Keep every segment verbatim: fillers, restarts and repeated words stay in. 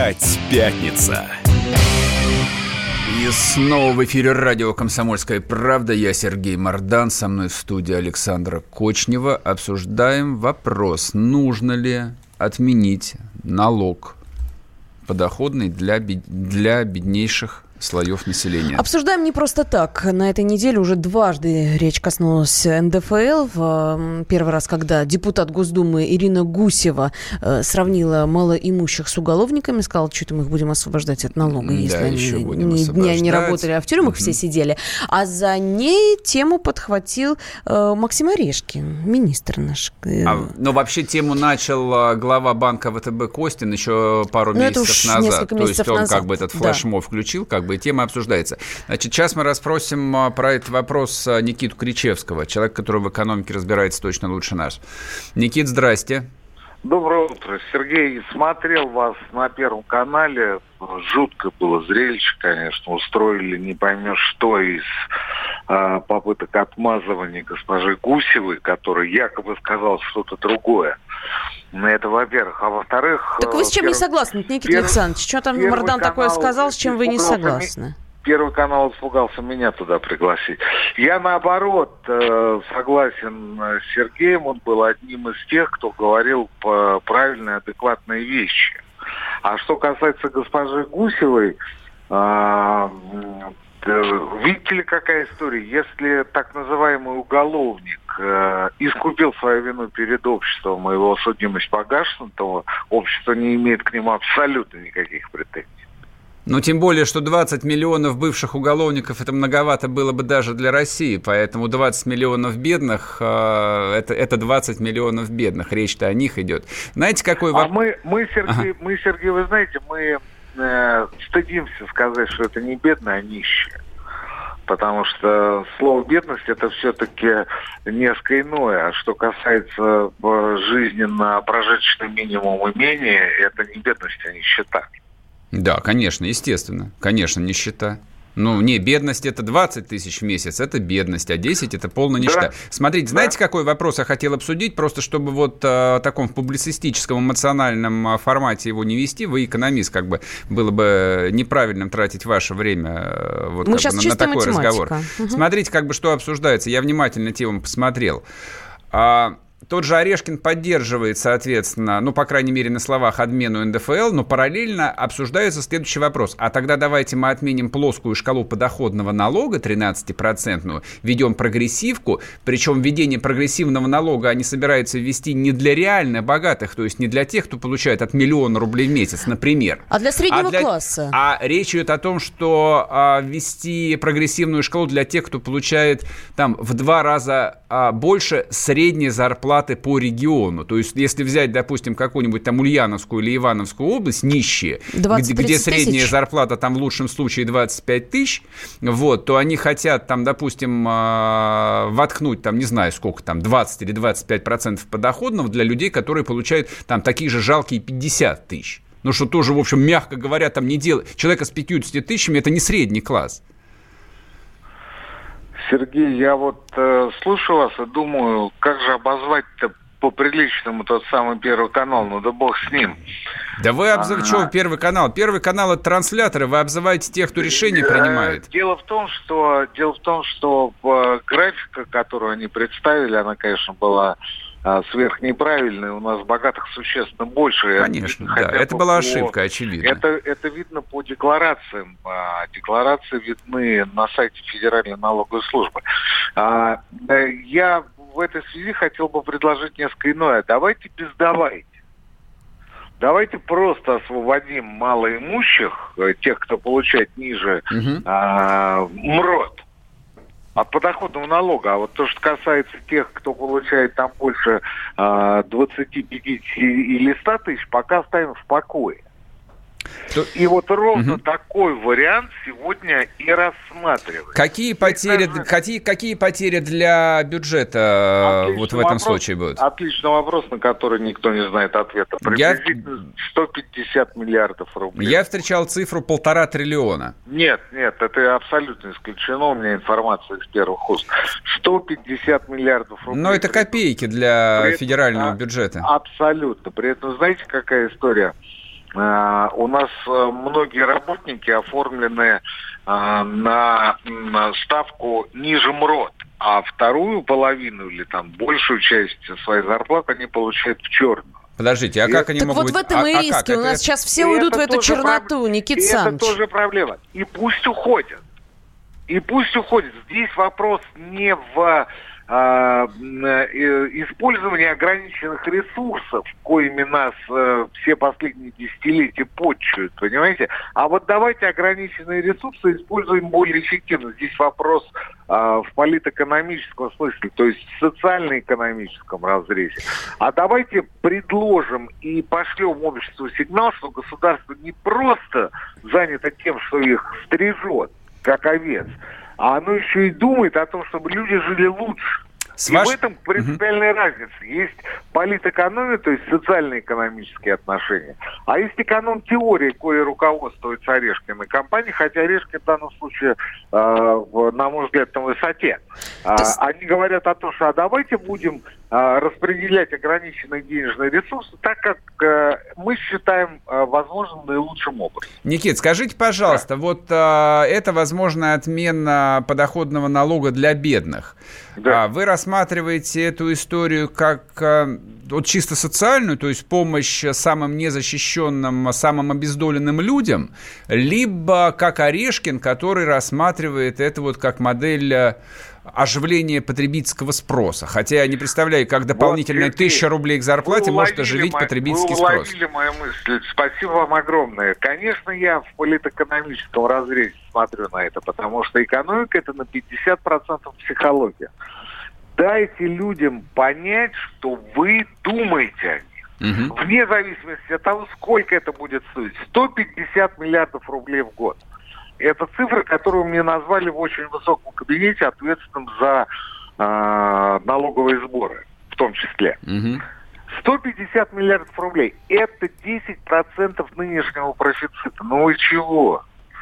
Опять пятница. И снова в эфире радио «Комсомольская правда». Я Сергей Мордан, со мной в студии Александра Кочнева. Обсуждаем вопрос, нужно ли отменить налог подоходный для, бед... для беднейших слоев населения. Обсуждаем не просто так. На этой неделе уже дважды речь коснулась эн дэ эф эл. Первый раз, когда депутат Госдумы Ирина Гусева сравнила малоимущих с уголовниками, сказала, что мы их будем освобождать от налога, да, если они ни дня не работали, а в тюрьмах угу. все сидели. А за ней тему подхватил э, Максим Орешкин, министр наш. А, но вообще тему начал глава банка вэ тэ бэ Костин еще пару но месяцев назад. То есть он назад. как бы этот флешмоб да. включил, как бы и тема обсуждается. Значит, сейчас мы расспросим про этот вопрос Никиту Кричевского, человек, который в экономике разбирается точно лучше нас. Никит, здрасте. Доброе утро. Сергей, смотрел вас на Первом канале. Жутко было зрелище, конечно. Устроили не поймешь что из э, попыток отмазывания госпожи Гусевой, которая якобы сказала что-то другое. Это, во-первых. А во-вторых... Так вы с чем перв... не согласны, Никита перв... Александрович? Что там Мордан такое сказал, с чем вы не согласны? Первый канал испугался меня туда пригласить. Я, наоборот, согласен с Сергеем. Он был одним из тех, кто говорил правильные, адекватные вещи. А что касается госпожи Гусевой, видите ли, какая история? Если так называемый уголовник искупил свою вину перед обществом, и его судимость погашена, то общество не имеет к нему абсолютно никаких претензий. Ну, тем более, что двадцать миллионов бывших уголовников, это многовато было бы даже для России, поэтому двадцать миллионов бедных, э, это, это двадцать миллионов бедных, речь-то о них идет. Знаете, какой вопрос? А мы, мы, Сергей, ага. мы, Сергей, вы знаете, мы э, стыдимся сказать, что это не бедные, а нищие. Потому что слово «бедность» – это все-таки несколько иное. А что касается жизни на прожиточный минимум и менее, это не бедность, а нищета. Да, конечно, естественно. Конечно, нищета. Ну, не, бедность – это двадцать тысяч в месяц, это бедность, а десять – это полная нищета. Да. Смотрите, знаете, да. какой вопрос я хотел обсудить? Просто чтобы вот в таком в публицистическом, эмоциональном формате его не вести, вы экономист, как бы было бы неправильным тратить ваше время вот, Мы как бы, на, на такой математика. разговор. Угу. Смотрите, как бы что обсуждается. Я внимательно тему посмотрел. А, Тот же Орешкин поддерживает, соответственно, ну, по крайней мере, на словах отмену эн дэ эф эл, но параллельно обсуждается следующий вопрос. А тогда давайте мы отменим плоскую шкалу подоходного налога тринадцатипроцентную, введем прогрессивку, причем введение прогрессивного налога они собираются ввести не для реально богатых, то есть не для тех, кто получает от миллиона рублей в месяц, например. А для среднего а для... класса. А речь идет о том, что а, ввести прогрессивную шкалу для тех, кто получает там в два раза а, больше средней зарплаты по региону. То есть, если взять, допустим, какую-нибудь там Ульяновскую или Ивановскую область, нищие, где, где средняя тысяч. зарплата там в лучшем случае двадцать пять тысяч, вот, то они хотят там, допустим, воткнуть там, не знаю, сколько там, двадцать или двадцать пять процентов подоходного для людей, которые получают там такие же жалкие пятьдесят тысяч. Ну, что тоже, в общем, мягко говоря, там не делать. Человека с пятьюдесятью тысячами – это не средний класс. Сергей, я вот э, слушаю вас и думаю, как же обозвать-то по-приличному тот самый Первый канал, ну да бог с ним. Да вы обзываете, что Первый канал? Первый канал – это трансляторы, вы обзываете тех, кто решения принимает. Дело в том, что, дело в том, что графика, которую они представили, она, конечно, была сверх неправильная. У нас богатых существенно больше. Конечно, да. Это была по... ошибка, очевидно. Это, это видно по декларациям. Декларации видны на сайте Федеральной налоговой службы. Я в этой связи хотел бы предложить несколько иное. Давайте без «давайте». Давайте просто освободим малоимущих, тех, кто получает ниже угу. а, МРОТ, от подоходного налога. А вот то, что касается тех, кто получает там больше а, двадцать пять или сто тысяч, пока оставим в покое. То... И вот ровно угу. такой вариант сегодня и рассматриваем. Какие потери, даже... какие, какие потери для бюджета отличный вот в этом вопрос, случае будут? Отличный вопрос, на который никто не знает ответа. Приблизительно Я... сто пятьдесят миллиардов рублей. Я встречал цифру полтора триллиона. Нет, нет, это абсолютно исключено. У меня информация из первых уст. сто пятьдесят миллиардов рублей. Но это копейки для При... федерального а, бюджета. Абсолютно. При этом, знаете, какая история? э, у нас многие работники оформлены э, на, на ставку ниже МРОТ, а вторую половину или там большую часть своей зарплаты они получают в черную. Подождите, а как они так могут... вот в этом а, и риски. а У нас это... сейчас все уйдут в эту черноту, проб... Никита и Саныч. Это тоже проблема. И пусть уходят. И пусть уходят. Здесь вопрос не в э, использовании ограниченных ресурсов, коими нас э, все последние десятилетия подчуют, понимаете? А вот давайте ограниченные ресурсы используем более эффективно. Здесь вопрос э, в политэкономическом смысле, то есть в социально-экономическом разрезе. А давайте предложим и пошлем обществу сигнал, что государство не просто занято тем, что их стрижет, как овец, а оно еще и думает о том, чтобы люди жили лучше. С и ваш... в этом принципиальная угу. разница. Есть политэкономия, то есть социально-экономические отношения, а есть эконом-теория, кое руководствуется Орешкин и компанией, хотя Орешкин в данном случае, э, на мой взгляд, на высоте. Э, есть... Они говорят о том, что а давайте будем э, распределять ограниченные денежные ресурсы так, как э, мы считаем э, возможным наилучшим образом. Никит, скажите, пожалуйста, да. вот э, это возможная отмена подоходного налога для бедных. Да. Вы рассматриваете эту историю как э, вот чисто социальную, то есть помощь самым незащищенным, самым обездоленным людям, либо как Орешкин, который рассматривает это вот как модель оживления потребительского спроса. Хотя я не представляю, как дополнительная вот, тысяча рублей к зарплате может оживить мо... потребительский спрос. Вы уловили мою мысль. Спасибо вам огромное. Конечно, я в политэкономическом разрезе смотрю на это, потому что экономика – это на пятьдесят процентов психология. Дайте людям понять, что вы думаете о них. Угу. Вне зависимости от того, сколько это будет стоить. сто пятьдесят миллиардов рублей в год. Это цифра, которую мне назвали в очень высоком кабинете, ответственным за э, налоговые сборы, в том числе. Угу. сто пятьдесят миллиардов рублей. Это десять процентов нынешнего профицита. Ну вы чего?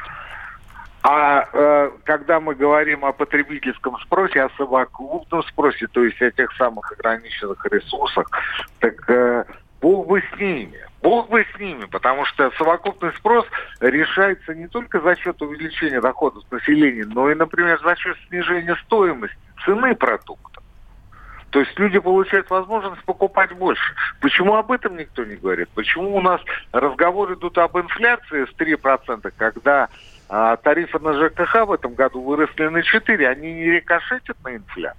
А э, когда мы говорим о потребительском спросе, о совокупном спросе, то есть о тех самых ограниченных ресурсах, так э, бог бы с ними. Бог бы с ними, потому что совокупный спрос решается не только за счет увеличения доходов населения, но и, например, за счет снижения стоимости, цены продукта. То есть люди получают возможность покупать больше. Почему об этом никто не говорит? Почему у нас разговоры идут об инфляции в три процента, когда а, тарифы на ЖКХ в этом году выросли на четыре процента, они не рикошетят на инфляцию?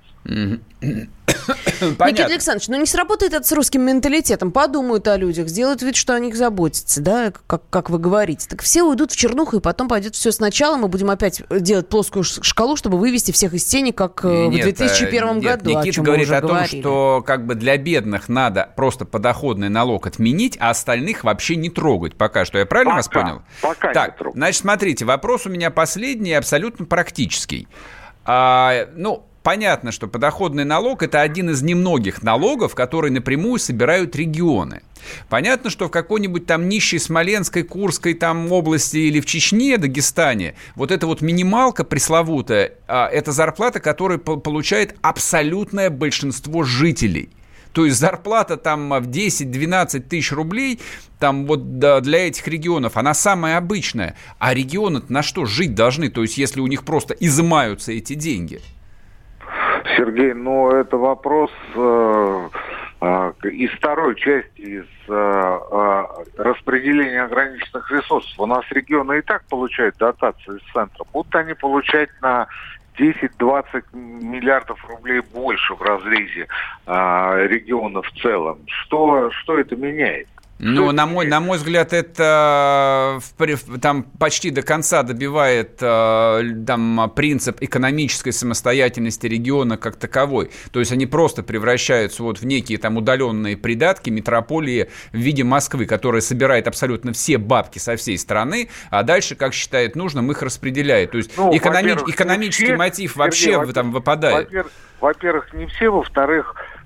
Никита Александрович, ну не сработает это с русским менталитетом. Подумают о людях, сделают вид, что о них заботятся, да, как, как вы говорите. Так все уйдут в чернуху, и потом пойдет все сначала. Мы будем опять делать плоскую шкалу, чтобы вывести всех из тени, как нет, в две тысячи первом нет, году. Никита говорит о том, говорили. Что как бы для бедных надо просто подоходный налог отменить, а остальных вообще не трогать пока что. Я правильно пока, вас понял? Пока так, не трогать. Значит, смотрите, вопрос у меня последний, абсолютно практический. А, ну, понятно, что подоходный налог – это один из немногих налогов, которые напрямую собирают регионы. Понятно, что в какой-нибудь там нищей Смоленской, Курской там области или в Чечне, Дагестане, вот эта вот минималка пресловутая – это зарплата, которую получает абсолютное большинство жителей. То есть зарплата там в десять-двенадцать тысяч рублей там вот для этих регионов, она самая обычная. А регионы-то на что жить должны? То есть если у них просто изымаются эти деньги? Сергей, ну это вопрос э, э, из второй части, из э, э, распределения ограниченных ресурсов. У нас регионы и так получают дотации из центра. Будут они получать на десять-двадцать миллиардов рублей больше в разрезе э, регионов в целом. Что, что это меняет? Ну, на мой, на мой взгляд, это там почти до конца добивает там, принцип экономической самостоятельности региона как таковой. То есть они просто превращаются вот в некие там удаленные придатки метрополии в виде Москвы, которая собирает абсолютно все бабки со всей страны, а дальше, как считает нужным, их распределяет. То есть ну, экономи- экономический все, мотив вообще Сергей, там выпадает. Во-первых, во-первых, не все, во-вторых,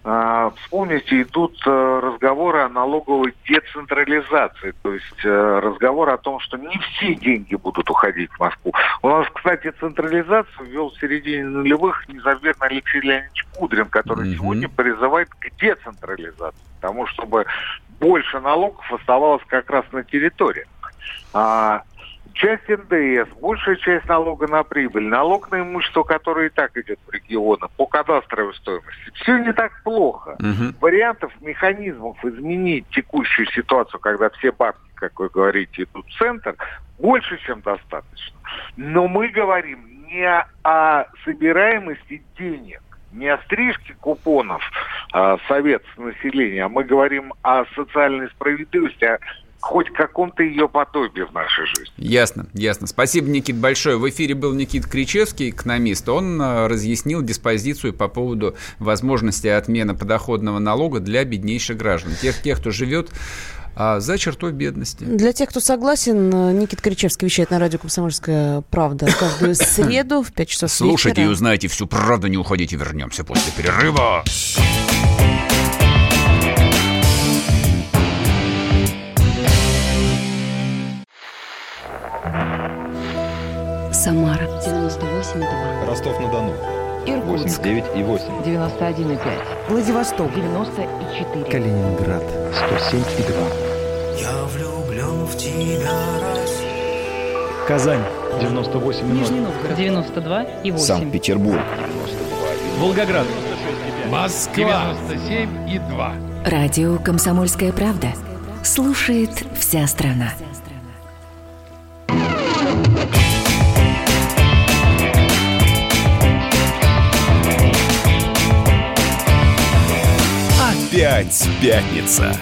Вспомните, идут разговоры о налоговой децентрализации, то есть разговор о том, что не все деньги будут уходить в Москву. У нас, кстати, централизацию ввел в середине нулевых незаветно Алексей Леонидович Кудрин, который mm-hmm. сегодня призывает к децентрализации, потому чтобы больше налогов оставалось как раз на территории. Часть эн дэ эс, большая часть налога на прибыль, налог на имущество, которое и так идет в регионы, по кадастровой стоимости. Все не так плохо. Uh-huh. Вариантов, механизмов изменить текущую ситуацию, когда все бабки, как вы говорите, идут в центр, больше, чем достаточно. Но мы говорим не о собираемости денег, не о стрижке купонов а, совет населения, а мы говорим о социальной справедливости, о хоть каком-то ее подобии в нашей жизни. Ясно, ясно. Спасибо, Никит, большое. В эфире был Никита Кричевский, экономист. Он разъяснил диспозицию по поводу возможности отмены подоходного налога для беднейших граждан. Тех, тех кто живет а, за чертой бедности. Для тех, кто согласен, Никита Кричевский вещает на радио «Комсомольская правда» каждую среду в пять часов вечера. Слушайте и узнаете всю правду, не уходите, вернемся после перерыва. Самара девяносто восемь и два. Ростов-на-Дону Иркутск восемьдесят девять и восемь. девяносто один и пять. Владивосток девяносто и четыре. Калининград сто семь и два. Я влюблен в тебя, Россия. Казань девяносто восемь и ноль. Нижний Новгород девяносто два и восемь. Санкт-Петербург девяносто два и восемь. Волгоград Москва девяносто семь и два. Радио «Комсомольская правда» слушает вся страна. Опять пятница.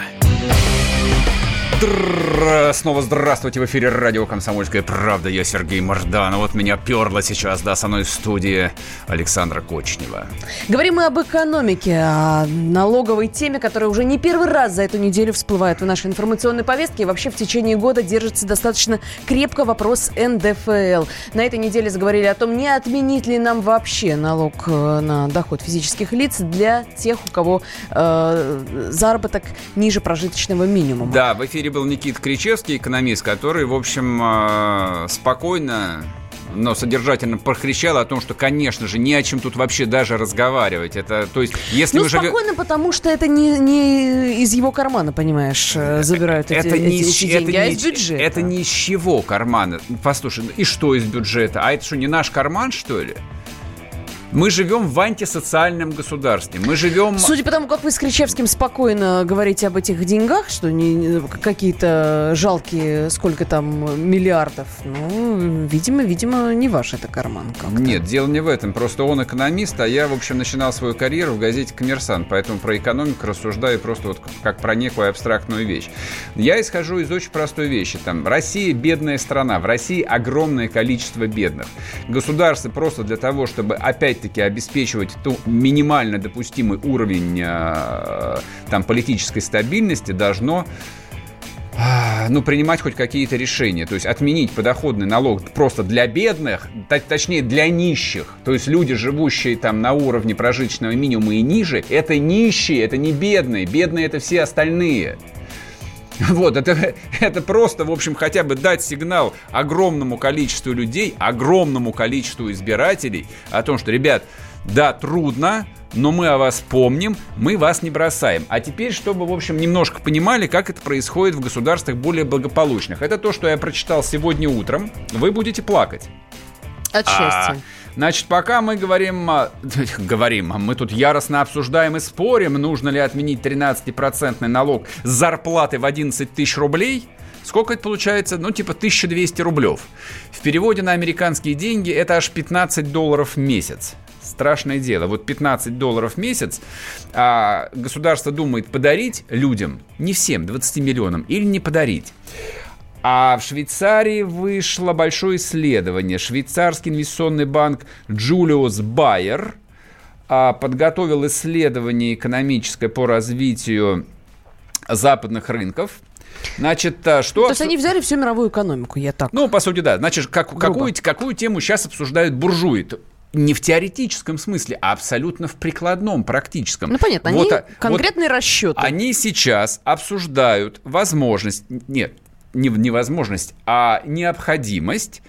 Снова здравствуйте, в эфире радио «Комсомольская правда». Я Сергей Мордан. Вот меня перло сейчас, да, со мной в студии Александра Кочнева. Говорим мы об экономике, о налоговой теме, которая уже не первый раз за эту неделю всплывает в нашей информационной повестке. И вообще в течение года держится достаточно крепко вопрос эн дэ эф эл. На этой неделе заговорили о том, не отменить ли нам вообще налог на доход физических лиц для тех, у кого э, заработок ниже прожиточного минимума. Да, в эфире был Никита Кричевский, экономист, который, в общем, спокойно, но содержательно прокричал о том, что, конечно же, не о чем тут вообще даже разговаривать. Это, то есть, если ну, мы спокойно, живем... потому что это не, не из его кармана, понимаешь, забирают эти, это эти, не, эти это деньги, не, а из бюджета. Это не из чего кармана. Послушай, и что из бюджета? А это что, не наш карман, что ли? Мы живем в антисоциальном государстве. Мы живем... Судя по тому, как вы с Кричевским спокойно говорите об этих деньгах, что не, какие-то жалкие, сколько там, миллиардов, ну, видимо, видимо, не ваш это карман как-то. Нет, дело не в этом. Просто он экономист, а я, в общем, начинал свою карьеру в газете «Коммерсант», поэтому про экономику рассуждаю просто вот как про некую абстрактную вещь. Я исхожу из очень простой вещи. Там, Россия бедная страна, в России огромное количество бедных. Государство просто для того, чтобы опять таки обеспечивать ту минимально допустимый уровень э, там, политической стабильности, должно э, ну, принимать хоть какие-то решения. То есть отменить подоходный налог просто для бедных, т- точнее для нищих. То есть люди, живущие там на уровне прожиточного минимума и ниже, это нищие, это не бедные. Бедные — это все остальные. Вот, это, это просто, в общем, хотя бы дать сигнал огромному количеству людей, огромному количеству избирателей о том, что, ребят, да, трудно, но мы о вас помним, мы вас не бросаем. А теперь, чтобы, в общем, немножко понимали, как это происходит в государствах более благополучных. Это то, что я прочитал сегодня утром. Вы будете плакать. От счастья. А, значит, пока мы говорим, говорим, мы тут яростно обсуждаем и спорим, нужно ли отменить тринадцатипроцентный налог с зарплаты в одиннадцать тысяч рублей. Сколько это получается? Ну, типа тысяча двести рублев. В переводе на американские деньги это аж пятнадцать долларов в месяц. Страшное дело. Вот пятнадцать долларов в месяц а государство думает подарить людям, не всем, двадцати миллионам, или не подарить. А в Швейцарии вышло большое исследование. Швейцарский инвестиционный банк Julius Baer подготовил исследование экономическое по развитию западных рынков. Значит, что... То есть они взяли всю мировую экономику, я так... Ну, по сути, да. Значит, как, какую, какую тему сейчас обсуждают буржуи? Не в теоретическом смысле, а абсолютно в прикладном, практическом. Ну, понятно, вот, они конкретные вот расчеты. Они сейчас обсуждают возможность, нет, не невозможность, а необходимость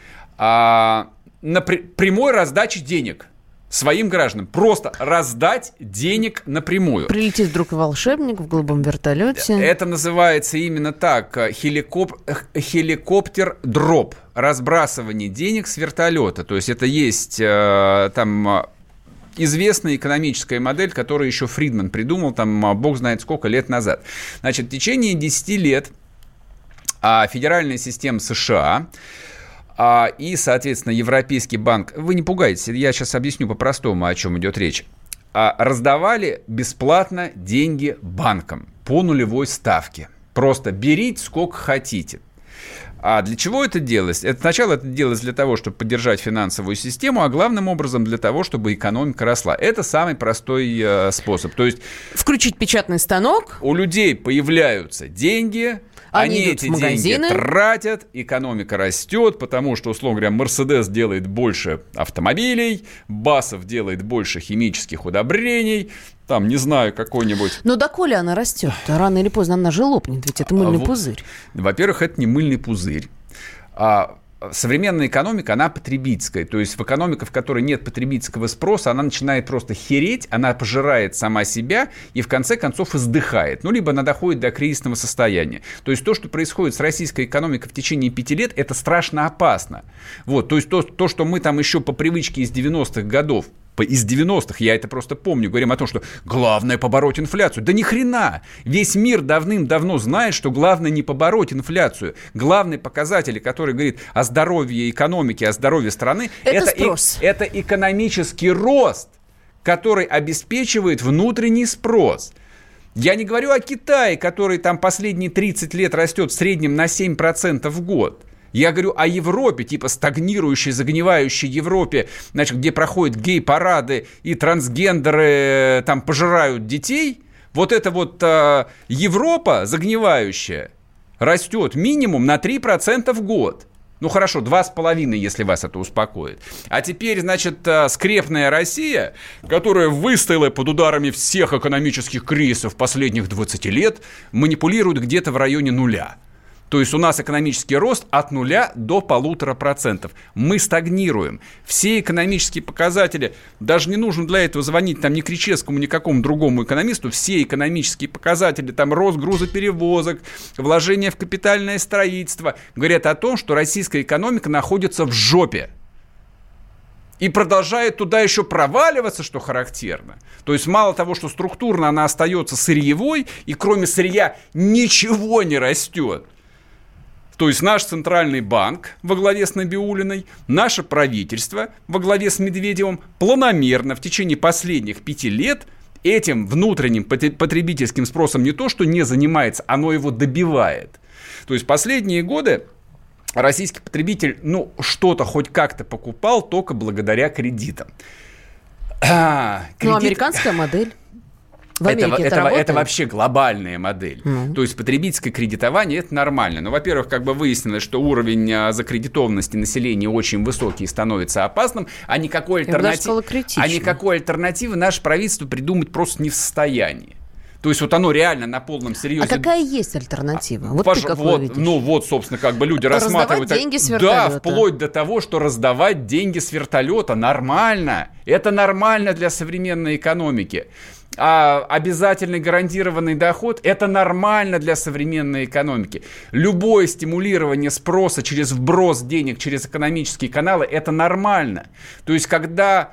а, на при, прямой раздаче денег своим гражданам. Просто раздать денег напрямую. Прилетит вдруг волшебник в голубом вертолете. Это называется именно так. Хеликоп... Хеликоптер-дроп. Разбрасывание денег с вертолета. То есть это есть э, там известная экономическая модель, которую еще Фридман придумал, там бог знает сколько лет назад. Значит, в течение десяти лет а, федеральная система США а, и, соответственно, Европейский банк, вы не пугайтесь, я сейчас объясню по-простому, о чем идет речь, а, раздавали бесплатно деньги банкам по нулевой ставке. Просто берите сколько хотите. А для чего это делалось? Это сначала это делалось для того, чтобы поддержать финансовую систему, а главным образом для того, чтобы экономика росла. Это самый простой э, способ. То есть включить печатный станок. У людей появляются деньги, они, они эти деньги тратят, экономика растет, потому что, условно говоря, Мерседес делает больше автомобилей, Басов делает больше химических удобрений, там, не знаю, какой-нибудь... Но доколе она растет? Рано или поздно она же лопнет, ведь это мыльный а, пузырь. Во-первых, это не мыльный пузырь. А современная экономика, она потребительская. То есть в экономике, в которой нет потребительского спроса, она начинает просто хереть, она пожирает сама себя и в конце концов издыхает. Ну, либо она доходит до кризисного состояния. То есть то, что происходит с российской экономикой в течение пяти лет, это страшно опасно. Вот, то есть то, то, что мы там еще по привычке из девяностых годов, из девяностых, я это просто помню, говорим о том, что главное побороть инфляцию. Да ни хрена! Весь мир давным-давно знает, что главное не побороть инфляцию. Главный показатель, который говорит о здоровье экономики, о здоровье страны, это, это, спрос. И, это экономический рост, который обеспечивает внутренний спрос. Я не говорю о Китае, который там последние тридцать лет растет в среднем на семь процентов в год. Я говорю о Европе, типа стагнирующей, загнивающей Европе, значит, где проходят гей-парады и трансгендеры там пожирают детей. Вот эта вот э, Европа загнивающая растет минимум на три процента в год. Ну хорошо, два с половиной, если вас это успокоит. А теперь, значит, скрепная Россия, которая выстояла под ударами всех экономических кризисов последних двадцати лет, манипулирует где-то в районе нуля. То есть у нас экономический рост от нуля до полутора процентов. Мы стагнируем. Все экономические показатели, даже не нужно для этого звонить там ни Кричевскому, ни какому другому экономисту, все экономические показатели, там рост грузоперевозок, вложения в капитальное строительство, говорят о том, что российская экономика находится в жопе. И продолжает туда еще проваливаться, что характерно. То есть мало того, что структурно она остается сырьевой, и кроме сырья ничего не растет. То есть наш центральный банк во главе с Набиуллиной, наше правительство во главе с Медведевым планомерно в течение последних пяти лет этим внутренним потребительским спросом не то, что не занимается, оно его добивает. То есть последние годы российский потребитель, ну, что-то хоть как-то покупал только благодаря кредитам. А, кредит... Ну, американская модель. В Америке это, это, это, работает? это вообще глобальная модель. Mm. То есть потребительское кредитование – это нормально. Но, во-первых, как бы выяснилось, что уровень закредитованности населения очень высокий и становится опасным, а никакой, альтернатив... а никакой альтернативы наше правительство придумать просто не в состоянии. То есть вот оно реально на полном серьезе. А какая есть альтернатива? Вот Пож... ты какой вот, видишь? Ну вот, собственно, как бы люди раздавать рассматривают... деньги с вертолета. Да, вплоть до того, что раздавать деньги с вертолета нормально. Это нормально для современной экономики. А обязательный гарантированный доход – это нормально для современной экономики. Любое стимулирование спроса через вброс денег, через экономические каналы – это нормально. То есть, когда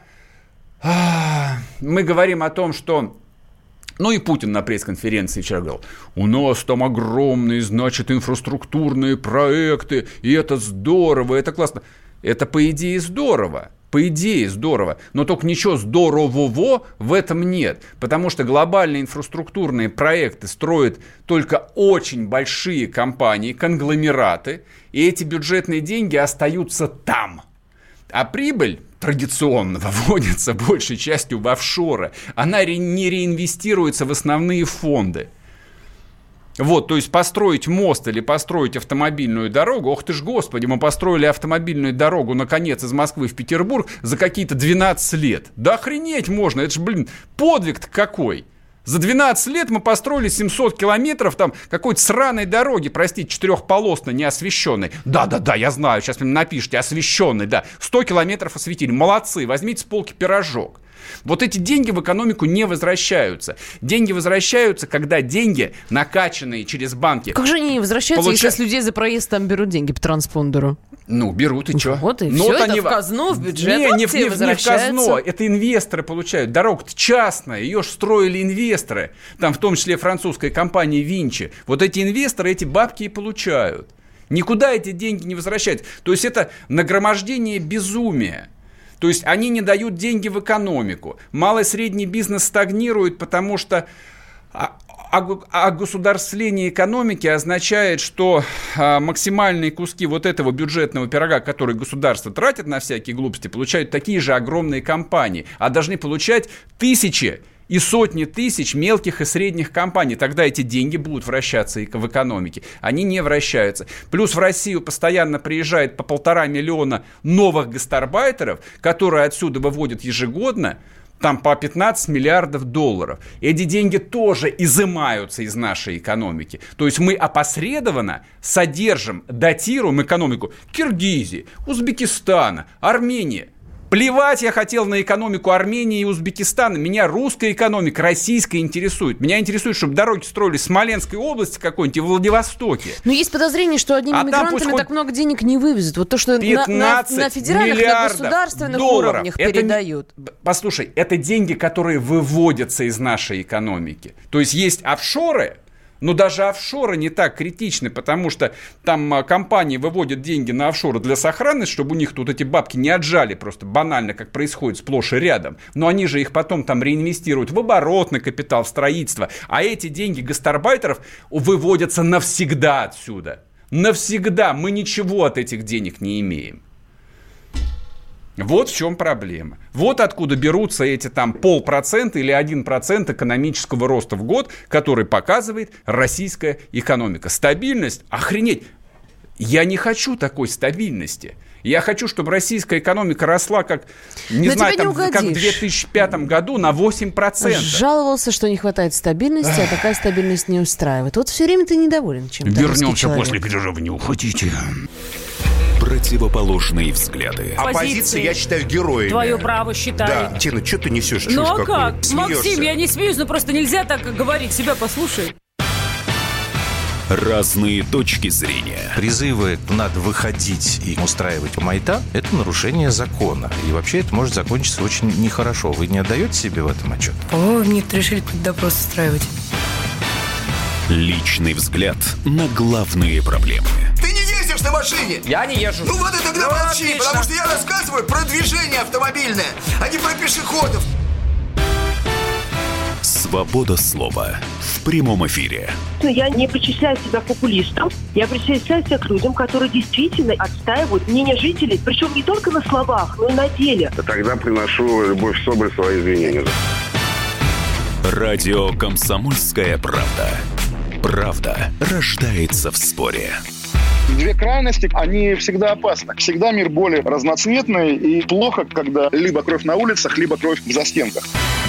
а, мы говорим о том, что… Ну и Путин на пресс-конференции вчера говорил, у нас там огромные, значит, инфраструктурные проекты, и это здорово, это классно. Это, по идее, здорово. По идее, здорово. Но только ничего здорового в этом нет. Потому что глобальные инфраструктурные проекты строят только очень большие компании, конгломераты. И эти бюджетные деньги остаются там. А прибыль традиционно выводится большей частью в офшоры. Она не реинвестируется в основные фонды. Вот, то есть построить мост или построить автомобильную дорогу, ох ты ж господи, мы построили автомобильную дорогу, наконец, из Москвы в Петербург за какие-то двенадцать лет. Да охренеть можно, это же, блин, подвиг-то какой. За двенадцать лет мы построили семьсот километров там какой-то сраной дороги, простите, четырехполосной, неосвещенной. Да-да-да, я знаю, сейчас мне напишите, освещенной, да. сто километров осветили, молодцы, возьмите с полки пирожок. Вот эти деньги в экономику не возвращаются. Деньги возвращаются, когда деньги, накачанные через банки... Как же они не возвращаются, получа... если с людей за проезд там берут деньги по транспондеру? Ну, берут, и что? Вот и ну, все, вот это они... в казну, в бюджет, не, вот не, не, не в казну, это инвесторы получают. Дорога-то частная, ее же строили инвесторы, там в том числе французская компания Винчи. Вот эти инвесторы эти бабки и получают. Никуда эти деньги не возвращаются. То есть это нагромождение безумия. То есть они не дают деньги в экономику. Малый и средний бизнес стагнирует, потому что огосударствление экономики означает, что максимальные куски вот этого бюджетного пирога, который государство тратит на всякие глупости, получают такие же огромные компании, а должны получать тысячи и сотни тысяч мелких и средних компаний. Тогда эти деньги будут вращаться в экономике. Они не вращаются. Плюс в Россию постоянно приезжает по полтора миллиона новых гастарбайтеров, которые отсюда выводят ежегодно там по пятнадцать миллиардов долларов. Эти деньги тоже изымаются из нашей экономики. То есть мы опосредованно содержим, датируем экономику Киргизии, Узбекистана, Армении. Плевать я хотел на экономику Армении и Узбекистана. Меня русская экономика, российская интересует. Меня интересует, чтобы дороги строились в Смоленской области какой-нибудь и в Владивостоке. Но есть подозрение, что одними а мигрантами так много денег не вывезут. Вот то, что на, на, на федеральных, на государственных долларов. уровнях это передают. Не... Послушай, это деньги, которые выводятся из нашей экономики. То есть есть офшоры. Но даже офшоры не так критичны, потому что там компании выводят деньги на офшоры для сохранности, чтобы у них тут эти бабки не отжали просто банально, как происходит сплошь и рядом. Но они же их потом там реинвестируют в оборотный капитал, в строительство. А эти деньги гастарбайтеров выводятся навсегда отсюда. Навсегда. Мы ничего от этих денег не имеем. Вот в чем проблема. Вот откуда берутся эти там полпроцента или один процент экономического роста в год, который показывает российская экономика. Стабильность? Охренеть! Я не хочу такой стабильности. Я хочу, чтобы российская экономика росла, как, не Но знаю, там, не как в две тысячи пятом году на восемь процентов. Жаловался, что не хватает стабильности, а такая стабильность не устраивает. Вот все время ты недоволен чем-то. Вернемся после перерыва, не уходите. Противоположные взгляды. Оппозиция, я считаю, героями. Твое право считаю. Да. Тина, что ты несешь? Ну а какую? как? Смеешься. Максим, я не смеюсь, но просто нельзя так говорить. Себя послушай. Разные точки зрения. Призывы «надо выходить и устраивать майдан» — это нарушение закона. И вообще это может закончиться очень нехорошо. Вы не отдаете себе в этом отчет? О, нет, решили какой-то допрос устраивать. Личный взгляд на главные проблемы. Ты не ездишь на машине? Я не езжу. Ну вот и тогда ну, молчи, отлично. потому что я рассказываю про движение автомобильное, а не про пешеходов. Свобода слова в прямом эфире. Я не причисляю себя популистом. Я причисляю себя к людям, которые действительно отстаивают мнение жителей. Причем не только на словах, но и на деле. Тогда приношу Любовь Соболь свои извинения. Радио «Комсомольская правда». Правда рождается в споре. Две крайности, они всегда опасны. Всегда мир более разноцветный, и плохо, когда либо кровь на улицах, либо кровь в застенках.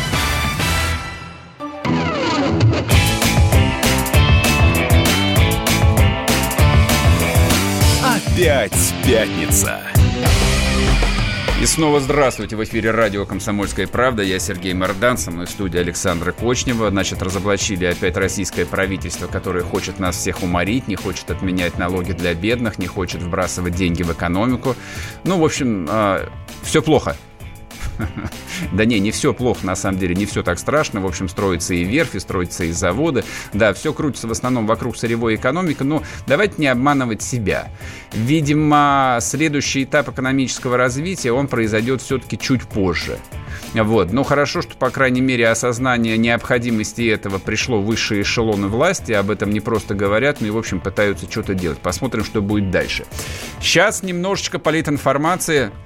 Опять пятница. И снова здравствуйте. В эфире радио «Комсомольская правда». Я Сергей Мордан, со мной в студии Александра Кочнева. Значит, разоблачили опять российское правительство, которое хочет нас всех уморить, не хочет отменять налоги для бедных, не хочет вбрасывать деньги в экономику. Ну, в общем, э, все плохо. Да не, не все плохо, на самом деле, не все так страшно. В общем, строятся и верфи, строятся и заводы. Да, все крутится в основном вокруг сырьевой экономики, но давайте не обманывать себя. Видимо, следующий этап экономического развития, он произойдет все-таки чуть позже. Вот. Но хорошо, что, по крайней мере, осознание необходимости этого пришло в высшие эшелоны власти, об этом не просто говорят, но и, в общем, пытаются что-то делать. Посмотрим, что будет дальше. Сейчас немножечко политинформации.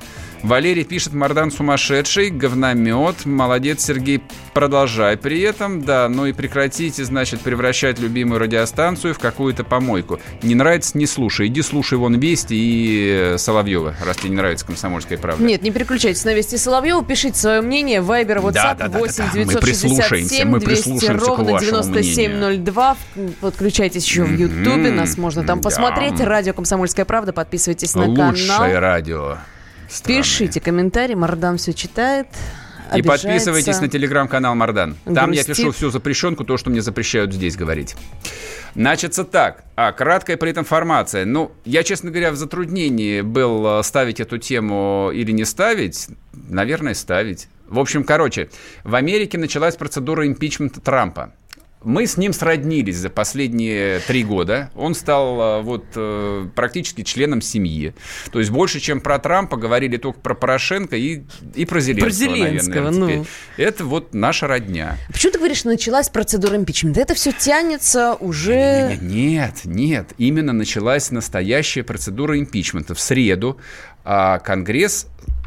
Валерий пишет: Мардан сумасшедший, говномет. Молодец, Сергей, продолжай при этом. Да, ну и прекратите, значит, превращать любимую радиостанцию в какую-то помойку. Не нравится — не слушай. Иди слушай вон Вести и Соловьева, раз тебе не нравится «Комсомольская правда». Нет, не переключайтесь на Вести и Соловьева. Пишите свое мнение. Вайбер, WhatsApp да, да, восемь да, да. девятьсот шестьдесят семь двести ровно девяносто семь ноль два. Подключайтесь еще в Ютубе. Нас можно там да. посмотреть. Радио «Комсомольская правда». Подписывайтесь на Лучшее канал. Лучшее радио страны. Пишите комментарии. Мардан все читает. И обижается. подписывайтесь на телеграм-канал Мардан. Там Грустит. я пишу всю запрещенку, то, что мне запрещают здесь говорить. Значится так. А, краткая при этом информация. Ну, я, честно говоря, в затруднении был ставить эту тему или не ставить. Наверное, ставить. В общем, короче, в Америке началась процедура импичмента Трампа. Мы с ним сроднились за последние три года. Он стал вот практически членом семьи. То есть больше, чем про Трампа, говорили только про Порошенко и, и про Зеленского, про Зеленского, наверное, ну. Это вот наша родня. Почему ты говоришь, что началась процедура импичмента? Это все тянется уже... Нет, нет. Именно началась настоящая процедура импичмента. В среду Конгресс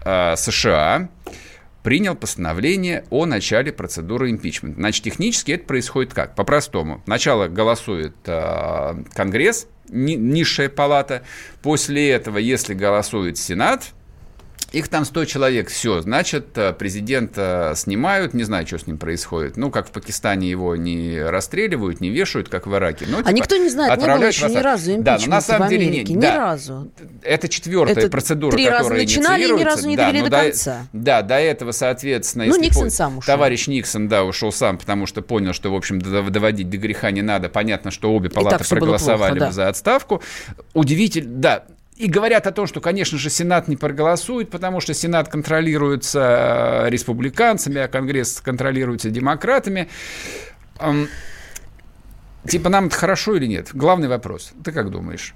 США принял постановление о начале процедуры импичмента. Значит, технически это происходит как? По-простому. Сначала голосует э, Конгресс, ни, низшая палата. После этого, если голосует Сенат, их там сто человек, все, значит, президента снимают, не знаю, что с ним происходит. Ну, как в Пакистане его не расстреливают, не вешают, как в Ираке. Но, а типа, никто не знает, не было еще ни разу импичмента да, на самом в Америке, деле, не, ни да, разу. Это четвертая это процедура, три которая раза начинали и ни разу не да, довели до до, конца. Да, до этого, соответственно, ну, если Никсон по... сам ушел. Товарищ Никсон, да, ушел сам, потому что понял, что, в общем, доводить до греха не надо. Понятно, что обе палаты проголосовали плохо, да. за отставку. Удивительно, да. И говорят о том, что, конечно же, Сенат не проголосует, потому что Сенат контролируется республиканцами, а Конгресс контролируется демократами. Эм, типа, нам это хорошо или нет? Главный вопрос. Ты как думаешь?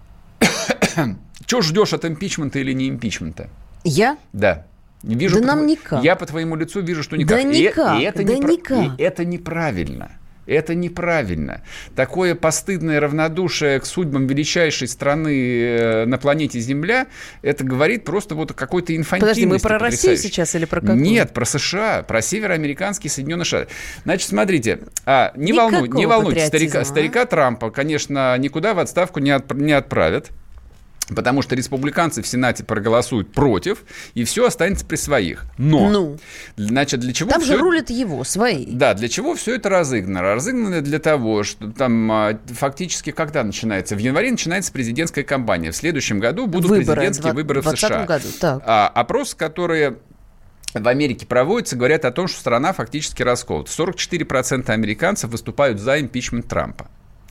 Чего ждешь от импичмента или не импичмента? Я? Да. Вижу да по нам тв... никак. Я по твоему лицу вижу, что никак. Да никак, и, и это да непра... никак. И это неправильно. Это неправильно. Такое постыдное равнодушие к судьбам величайшей страны на планете Земля, это говорит просто вот о какой-то инфантильности. Подожди, мы про Россию сейчас или про какую? Нет, про США, про североамериканские Соединенные Штаты. Значит, смотрите, а, не, волну, не волнуйтесь, старика, старика Трампа, конечно, никуда в отставку не, от, не отправят. Потому что республиканцы в Сенате проголосуют против, и все останется при своих. Но, ну, значит, для чего... Там же это... рулят его, свои. Да, для чего все это разыгнано? Разыгнано для того, что там фактически когда начинается? В январе начинается президентская кампания. В следующем году будут выборы, президентские выборы в США. Году, так. А, опросы, которые... в Америке проводятся, говорят о том, что страна фактически расколота. сорок четыре процента американцев выступают за импичмент Трампа.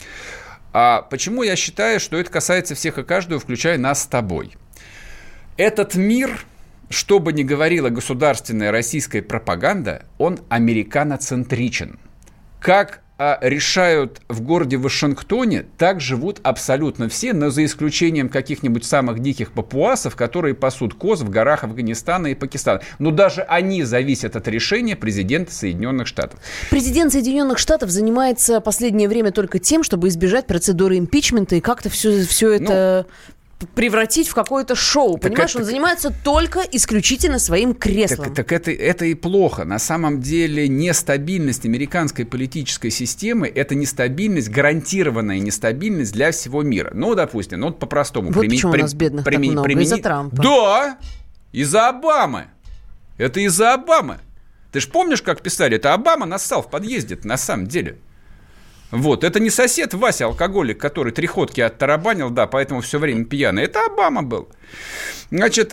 А почему я считаю, что это касается всех и каждого, включая нас с тобой? Этот мир, что бы ни говорила государственная российская пропаганда, он американоцентричен. Как а, решают в городе Вашингтоне, так живут абсолютно все, но за исключением каких-нибудь самых диких папуасов, которые пасут коз в горах Афганистана и Пакистана. Но даже они зависят от решения президента Соединенных Штатов. Президент Соединенных Штатов занимается последнее время только тем, чтобы избежать процедуры импичмента и как-то все, все это... Ну, превратить в какое-то шоу. Так понимаешь, это, он занимается только исключительно своим креслом. Так, так это, это и плохо. На самом деле нестабильность американской политической системы – это нестабильность, гарантированная нестабильность для всего мира. Ну, допустим, ну вот по-простому. Вот почему у нас бедных так много, из-за Трампа. Да, из-за Обамы. Это из-за Обамы. Ты же помнишь, как писали? Это Обама нассал в подъезде на самом деле. Вот, это не сосед Вася, алкоголик, который три ходки оттарабанил, да, поэтому все время пьяный. Это Обама был. Значит,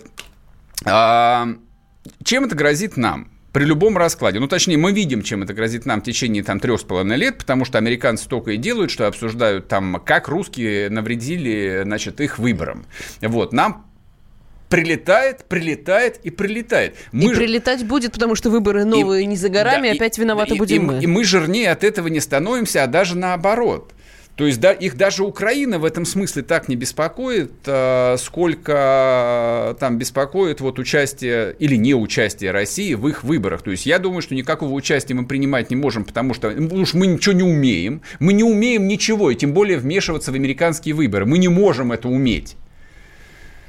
а, чем это грозит нам? При любом раскладе. Ну, точнее, мы видим, чем это грозит нам в течение там, трех с половиной лет, потому что американцы только и делают, что обсуждают, там, как русские навредили, значит, их выборам. Вот, нам прилетает, прилетает и прилетает. Мы и ж... прилетать будет, потому что выборы новые и, не за горами, да, и опять виноваты и, будем и, мы. И мы жирнее от этого не становимся, а даже наоборот. То есть да, их даже Украина в этом смысле так не беспокоит, э, сколько там беспокоит вот участие или неучастие России в их выборах. То есть я думаю, что никакого участия мы принимать не можем, потому что уж мы ничего не умеем. Мы не умеем ничего, и тем более вмешиваться в американские выборы. Мы не можем это уметь.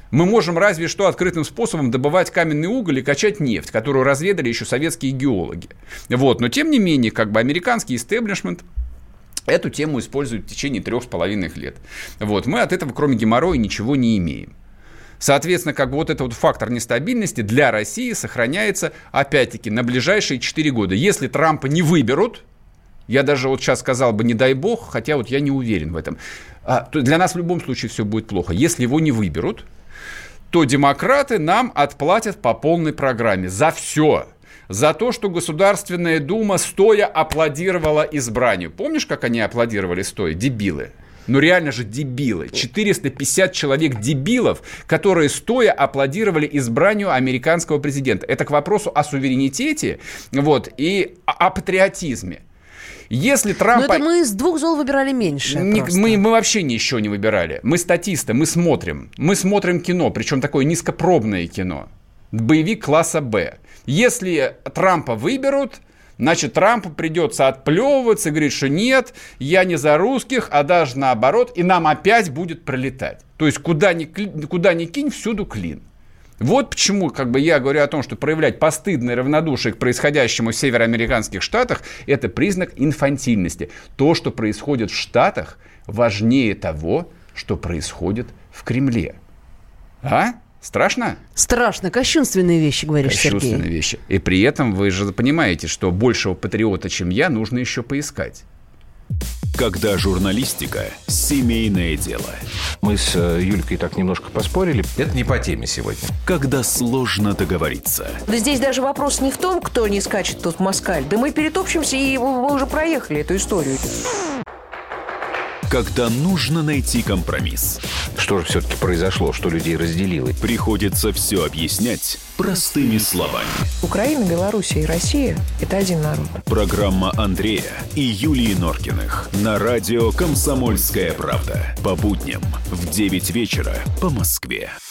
Мы можем разве что открытым способом добывать каменный уголь и качать нефть, которую разведали еще советские геологи. Вот. Но, тем не менее, как бы американский истеблишмент эту тему используют в течение трех с половиной лет. Вот. Мы от этого, кроме геморроя, ничего не имеем. Соответственно, как бы вот этот вот фактор нестабильности для России сохраняется, опять-таки, на ближайшие четыре года. Если Трампа не выберут, я даже вот сейчас сказал бы, не дай бог, хотя вот я не уверен в этом, а, то для нас в любом случае все будет плохо. Если его не выберут, то демократы нам отплатят по полной программе за все. За то, что Государственная Дума стоя аплодировала избранию. Помнишь, как они аплодировали стоя? Дебилы. Ну реально же дебилы. четыреста пятьдесят человек дебилов, которые стоя аплодировали избранию американского президента. Это к вопросу о суверенитете, вот, и о, о патриотизме. Если Трампа... Но это мы с двух зол выбирали меньше. Не, мы, мы вообще ничего не выбирали. Мы статисты, мы смотрим. Мы смотрим кино, причем такое низкопробное кино. Боевик класса Б. Если Трампа выберут, значит, Трампу придется отплевываться и говорить, что нет, я не за русских, а даже наоборот, и нам опять будет прилетать. То есть куда ни, куда ни кинь, всюду клин. Вот почему, как бы, я говорю о том, что проявлять постыдное равнодушие к происходящему в североамериканских штатах, это признак инфантильности. То, что происходит в Штатах, важнее того, что происходит в Кремле. А? Страшно? Страшно. Кощунственные вещи, говоришь, Сергей. Кощунственные вещи. И при этом вы же понимаете, что большего патриота, чем я, нужно еще поискать. Когда журналистика – семейное дело. Мы с Юлькой так немножко поспорили. Это не по теме сегодня. Когда сложно договориться. Да здесь даже вопрос не в том, кто не скачет тут в москаль. Да мы перетопчемся, и мы уже проехали эту историю. Когда нужно найти компромисс. Что же все-таки произошло, что людей разделило? Приходится все объяснять простыми словами. Украина, Белоруссия и Россия – это один народ. Программа Андрея и Юлии Норкиных на радио «Комсомольская правда». По будням в девять вечера по Москве.